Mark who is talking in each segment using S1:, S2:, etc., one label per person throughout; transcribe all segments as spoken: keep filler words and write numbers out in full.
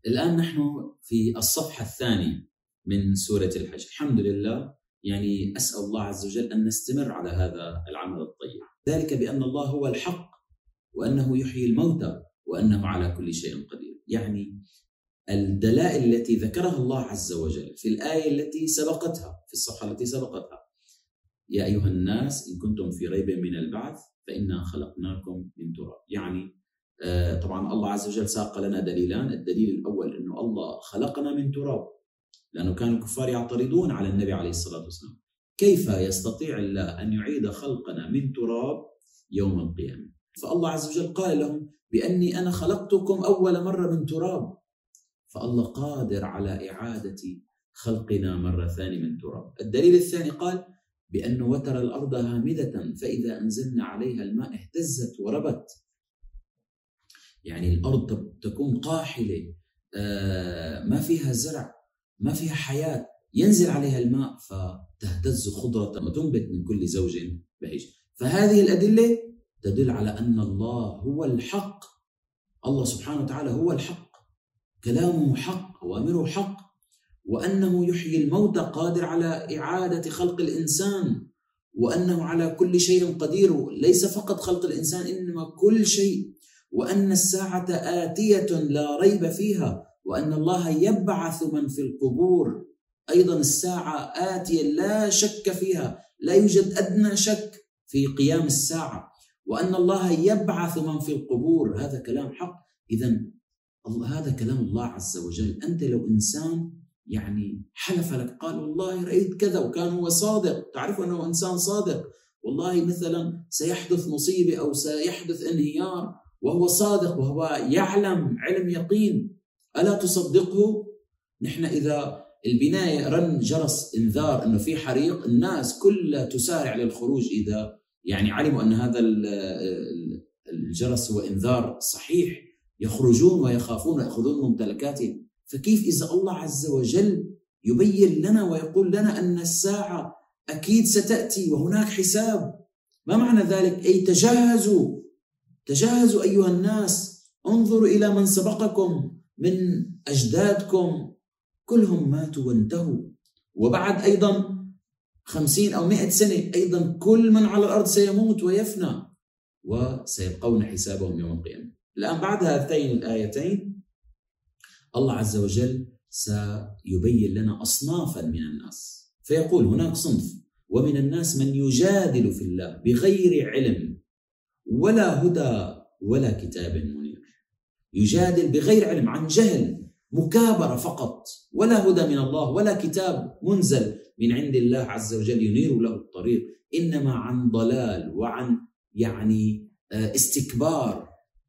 S1: الآن نحن في الصفحة الثانية من سورة الحج. الحمد لله، يعني أسأل الله عز وجل أن نستمر على هذا العمل الطيب، ذلك بأن الله هو الحق، وأنه يحيي الموتى، وأنه على كل شيء قدير. يعني الدلائل التي ذكرها الله عز وجل في الآية التي سبقتها، في الصفحة التي سبقتها: يا أيها الناس إن كنتم في ريب من البعث فإنا خلقناكم من تراب. يعني آه طبعا الله عز وجل ساق لنا دليلان. الدليل الأول أنه الله خلقنا من تراب، لأنه كانوا الكفار يعترضون على النبي عليه الصلاة والسلام: كيف يستطيع الله أن يعيد خلقنا من تراب يوم القيامة؟ فالله عز وجل قال لهم بأني أنا خلقتكم أول مرة من تراب، فالله قادر على إعادة خلقنا مرة ثانية من تراب. الدليل الثاني قال بأنه وترى الأرض هامدة فإذا أنزلنا عليها الماء اهتزت وربت. يعني الأرض تكون قاحلة، ما فيها زرع، ما فيها حياة، ينزل عليها الماء فتهتز خضرة وتنبت من كل زوج بهيج. فهذه الأدلة تدل على أن الله هو الحق، الله سبحانه وتعالى هو الحق، كلامه حق، أوامره حق، وأنه يحيي الموتى، قادر على إعادة خلق الإنسان، وأنه على كل شيء قدير، ليس فقط خلق الإنسان إنما كل شيء، وأن الساعة آتية لا ريب فيها، وأن الله يبعث من في القبور. أيضا الساعة آتية لا شك فيها، لا يوجد أدنى شك في قيام الساعة، وأن الله يبعث من في القبور. هذا كلام حق. إذن هذا كلام الله عز وجل. أنت لو إنسان يعني حلف لك قال والله رأيت كذا وكان هو صادق، تعرف أنه إنسان صادق، والله مثلا سيحدث مصيبة أو سيحدث انهيار، وهو صادق وهو يعلم علم يقين، ألا تصدقه؟ نحن إذا البناية رن جرس إنذار أنه في حريق، الناس كلها تسارع للخروج إذا يعني علموا أن هذا الجرس هو إنذار صحيح، يخرجون ويخافون ويأخذون ممتلكاتهم. فكيف إذا الله عز وجل يبين لنا ويقول لنا أن الساعة أكيد ستأتي وهناك حساب؟ ما معنى ذلك؟ أي تجهزوا تجهزوا أيها الناس، انظروا إلى من سبقكم من أجدادكم، كلهم ماتوا وانتهوا، وبعد أيضا خمسين أو مئة سنة أيضا كل من على الأرض سيموت ويفنى، وسيبقون حسابهم يوم القيامة. الآن بعد هاتين الآيتين الله عز وجل سيبين لنا أصنافا من الناس، فيقول هناك صنف: ومن الناس من يجادل في الله بغير علم ولا هدى ولا كتاب منير. يجادل بغير علم، عن جهل، مكابرة فقط، ولا هدى من الله ولا كتاب منزل من عند الله عز وجل ينير له الطريق، إنما عن ضلال وعن يعني استكبار.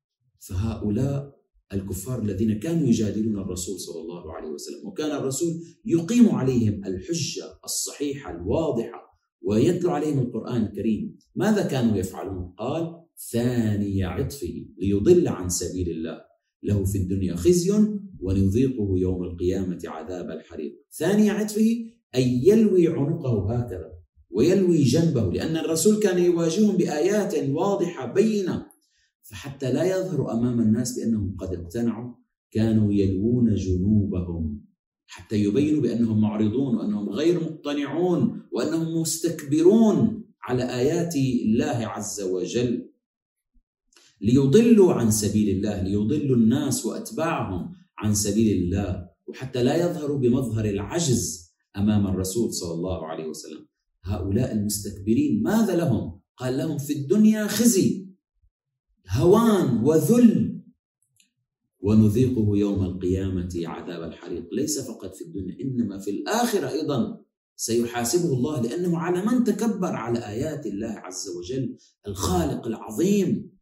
S1: فهؤلاء الكفار الذين كانوا يجادلون الرسول صلى الله عليه وسلم، وكان الرسول يقيم عليهم الحجة الصحيحة الواضحة ويتلو عليهم القرآن الكريم، ماذا كانوا يفعلون؟ قال: ثاني عطفه ليضل عن سبيل الله له في الدنيا خزي ونذيقه يوم القيامة عذاب الحريق. ثاني عطفه أي يلوي عنقه هكذا ويلوي جنبه، لأن الرسول كان يواجههم بآيات واضحة بينة، فحتى لا يظهر أمام الناس بأنهم قد اقتنعوا كانوا يلوون جنوبهم حتى يبينوا بأنهم معرضون وأنهم غير مقتنعون وأنهم مستكبرون على آيات الله عز وجل، ليضلوا عن سبيل الله، ليضلوا الناس وأتباعهم عن سبيل الله، وحتى لا يظهروا بمظهر العجز أمام الرسول صلى الله عليه وسلم. هؤلاء المستكبرين ماذا لهم؟ قال: لهم في الدنيا خزي، هوان وذل، ونذيقه يوم القيامة عذاب الحريق. ليس فقط في الدنيا، إنما في الآخرة أيضا سيحاسبه الله، لأنه على من تكبر على آيات الله عز وجل الخالق العظيم.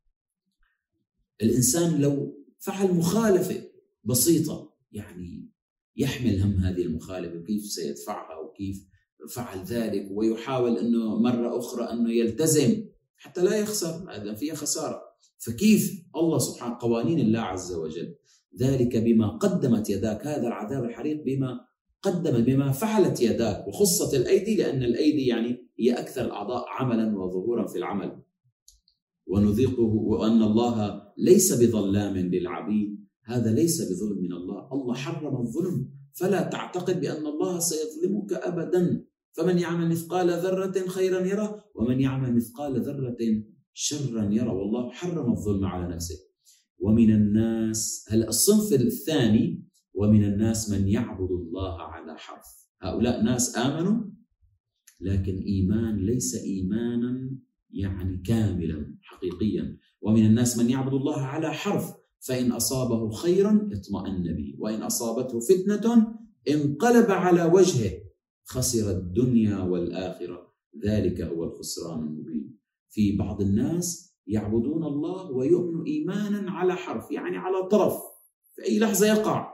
S1: الإنسان لو فعل مخالفة بسيطة يعني يحمل هم هذه المخالفة، كيف سيدفعها وكيف فعل ذلك، ويحاول أنه مرة أخرى أنه يلتزم حتى لا يخسر، هذا فيها خسارة. فكيف الله سبحانه قوانين الله عز وجل، ذلك بما قدمت يداك، هذا العذاب الحريق بما قدم بما فعلت يداك، وخصت الأيدي لأن الأيدي يعني هي أكثر الأعضاء عملا وظهورا في العمل. ونذيقه وأن الله ليس بظلام للعبيد، هذا ليس بظلم من الله. الله حرم الظلم، فلا تعتقد بأن الله سيظلمك أبدا. فمن يعمل مثقال ذرة خيرا يره ومن يعمل مثقال ذرة شرا يره، والله حرم الظلم على نفسه. ومن الناس، هل الصنف الثاني، ومن الناس من يعبد الله على حرف. هؤلاء ناس آمنوا لكن إيمان ليس إيمانا يعني كاملا حقيقيا. ومن الناس من يعبد الله على حرف، فإن أصابه خيرا اطمأن به وإن أصابته فتنة انقلب على وجهه خسر الدنيا والآخرة ذلك هو الخسران المبين. في بعض الناس يعبدون الله ويؤمنوا إيمانا على حرف، يعني على طرف، في أي لحظة يقع.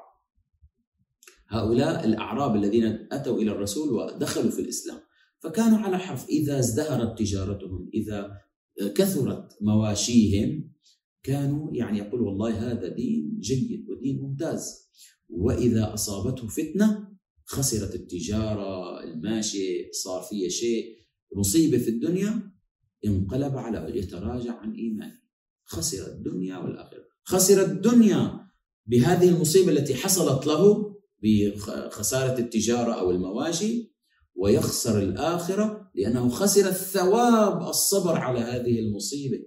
S1: هؤلاء الأعراب الذين أتوا إلى الرسول ودخلوا في الإسلام، فكانوا على حرف. إذا ازدهرت تجارتهم، إذا كثرت مواشيهم، كانوا يعني يقول والله هذا دين جيد ودين ممتاز. وإذا أصابته فتنة خسرت التجارة، الماشي، صار فيه شيء مصيبة في الدنيا، انقلب على يتراجع عن إيمانه، خسر الدنيا والآخرة. خسر الدنيا بهذه المصيبة التي حصلت له بخسارة التجارة أو المواشي، ويخسر الآخرة لأنه خسر الثواب الصبر على هذه المصيبة.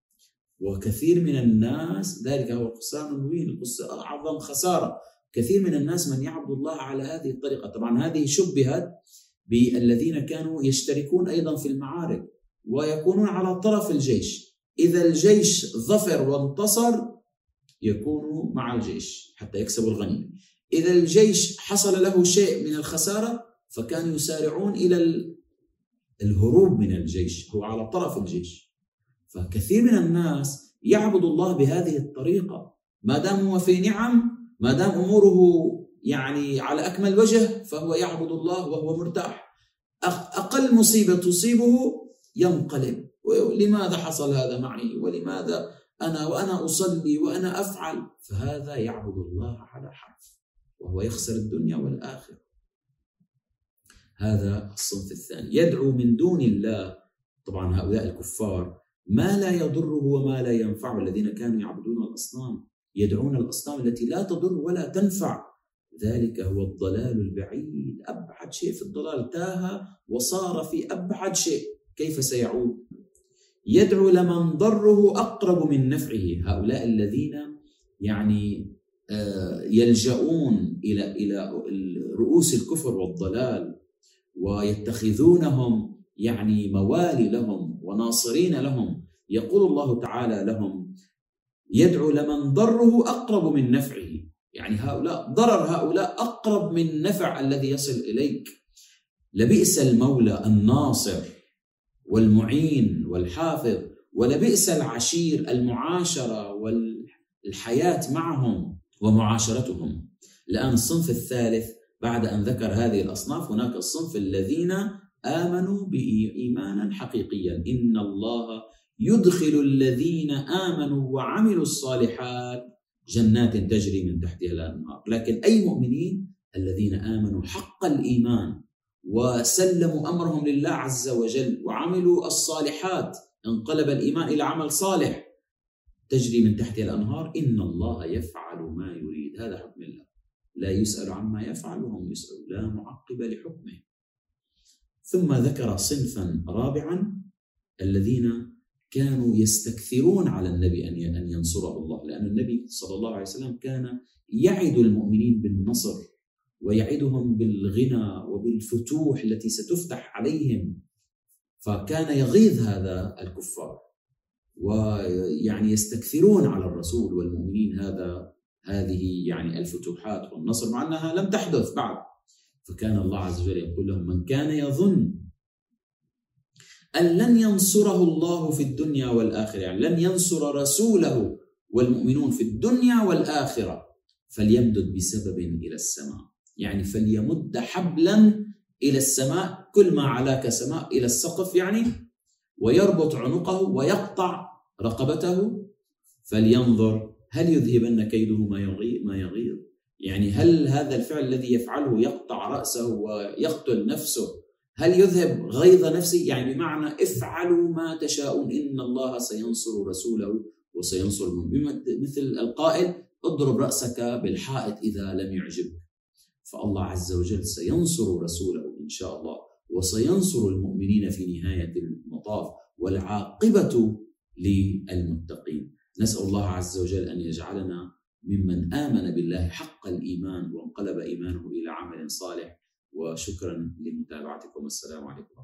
S1: وكثير من الناس، ذلك هو الخسران المبين، أعظم خسارة. كثير من الناس من يعبد الله على هذه الطريقة. طبعا هذه شبهت بالذين كانوا يشتركون أيضا في المعارك ويكونون على طرف الجيش. إذا الجيش ظفر وانتصر يكونوا مع الجيش حتى يكسبوا الغنيمة. إذا الجيش حصل له شيء من الخسارة فكانوا يسارعون إلى الهروب من الجيش، هو على طرف الجيش. فكثير من الناس يعبد الله بهذه الطريقة، ما دام هو في نعم، ما دام أموره يعني على أكمل وجه، فهو يعبد الله وهو مرتاح. أقل مصيبة تصيبه ينقلب، لماذا حصل هذا معي، ولماذا أنا وأنا أصلي وأنا أفعل. فهذا يعبد الله على حرف وهو يخسر الدنيا والآخرة. هذا الصنف الثاني، يدعو من دون الله. طبعا هؤلاء الكفار ما لا يضره وما لا ينفعه، الذين كانوا يعبدون الأصنام، يدعون الأصنام التي لا تضر ولا تنفع. ذلك هو الضلال البعيد، أبعد شيء في الضلال، تاه وصار في أبعد شيء، كيف سيعود؟ يدعو لمن ضره أقرب من نفعه. هؤلاء الذين يعني يلجؤون إلى إلى رؤوس الكفر والضلال ويتخذونهم يعني موالي لهم وناصرين لهم، يقول الله تعالى لهم يدعو لمن ضره أقرب من نفعه. يعني هؤلاء ضرر هؤلاء أقرب من نفع الذي يصل إليك. لبئس المولى الناصر والمعين والحافظ، ولبئس العشير المعاشرة والحياة معهم ومعاشرتهم. الآن الصنف الثالث بعد أن ذكر هذه الأصناف، هناك الصنف الذين آمنوا بإيمانا حقيقيا. إن الله يدخل الذين آمنوا وعملوا الصالحات جنات تجري من تحتها الأنهار. لكن أي مؤمنين؟ الذين آمنوا حق الإيمان وسلموا أمرهم لله عز وجل وعملوا الصالحات، انقلب الإيمان إلى عمل صالح، تجري من تحتها الأنهار. إن الله يفعل ما يريد، هذا حكم الله، لا يسأل عما يفعل وهم يسألون، لا معقب لحكمه. ثم ذكر صنفا رابعا، الذين كانوا يستكثرون على النبي أن ينصره الله، لأن النبي صلى الله عليه وسلم كان يعد المؤمنين بالنصر ويعدهم بالغنى وبالفتوح التي ستفتح عليهم، فكان يغيظ هذا الكفار ويعني يستكثرون على الرسول والمؤمنين هذا هذه يعني الفتوحات والنصر، مع أنها لم تحدث بعد. فكان الله عز وجل يقول لهم من كان يظن أن لن ينصره الله في الدنيا والآخرة، يعني لن ينصر رسوله والمؤمنون في الدنيا والآخرة، فليمدد بسبب إلى السماء، يعني فليمد حبلا إلى السماء، كل ما علاك سماء إلى السقف يعني، ويربط عنقه ويقطع رقبته، فلينظر هل يذهبن كيده ما يغيظ ما يغيظ يعني هل هذا الفعل الذي يفعله يقطع رأسه ويقتل نفسه هل يذهب غيظ نفسه؟ يعني بمعنى افعلوا ما تشاءون إن الله سينصر رسوله وسينصر المؤمنين، مثل القائل اضرب رأسك بالحائط إذا لم يعجبك. فالله عز وجل سينصر رسوله إن شاء الله، وسينصر المؤمنين في نهاية المطاف، والعاقبة للمتقين. نسأل الله عز وجل أن يجعلنا ممن آمن بالله حق الإيمان وانقلب إيمانه إلى عمل صالح. وشكرا لمتابعتكم. السلام عليكم.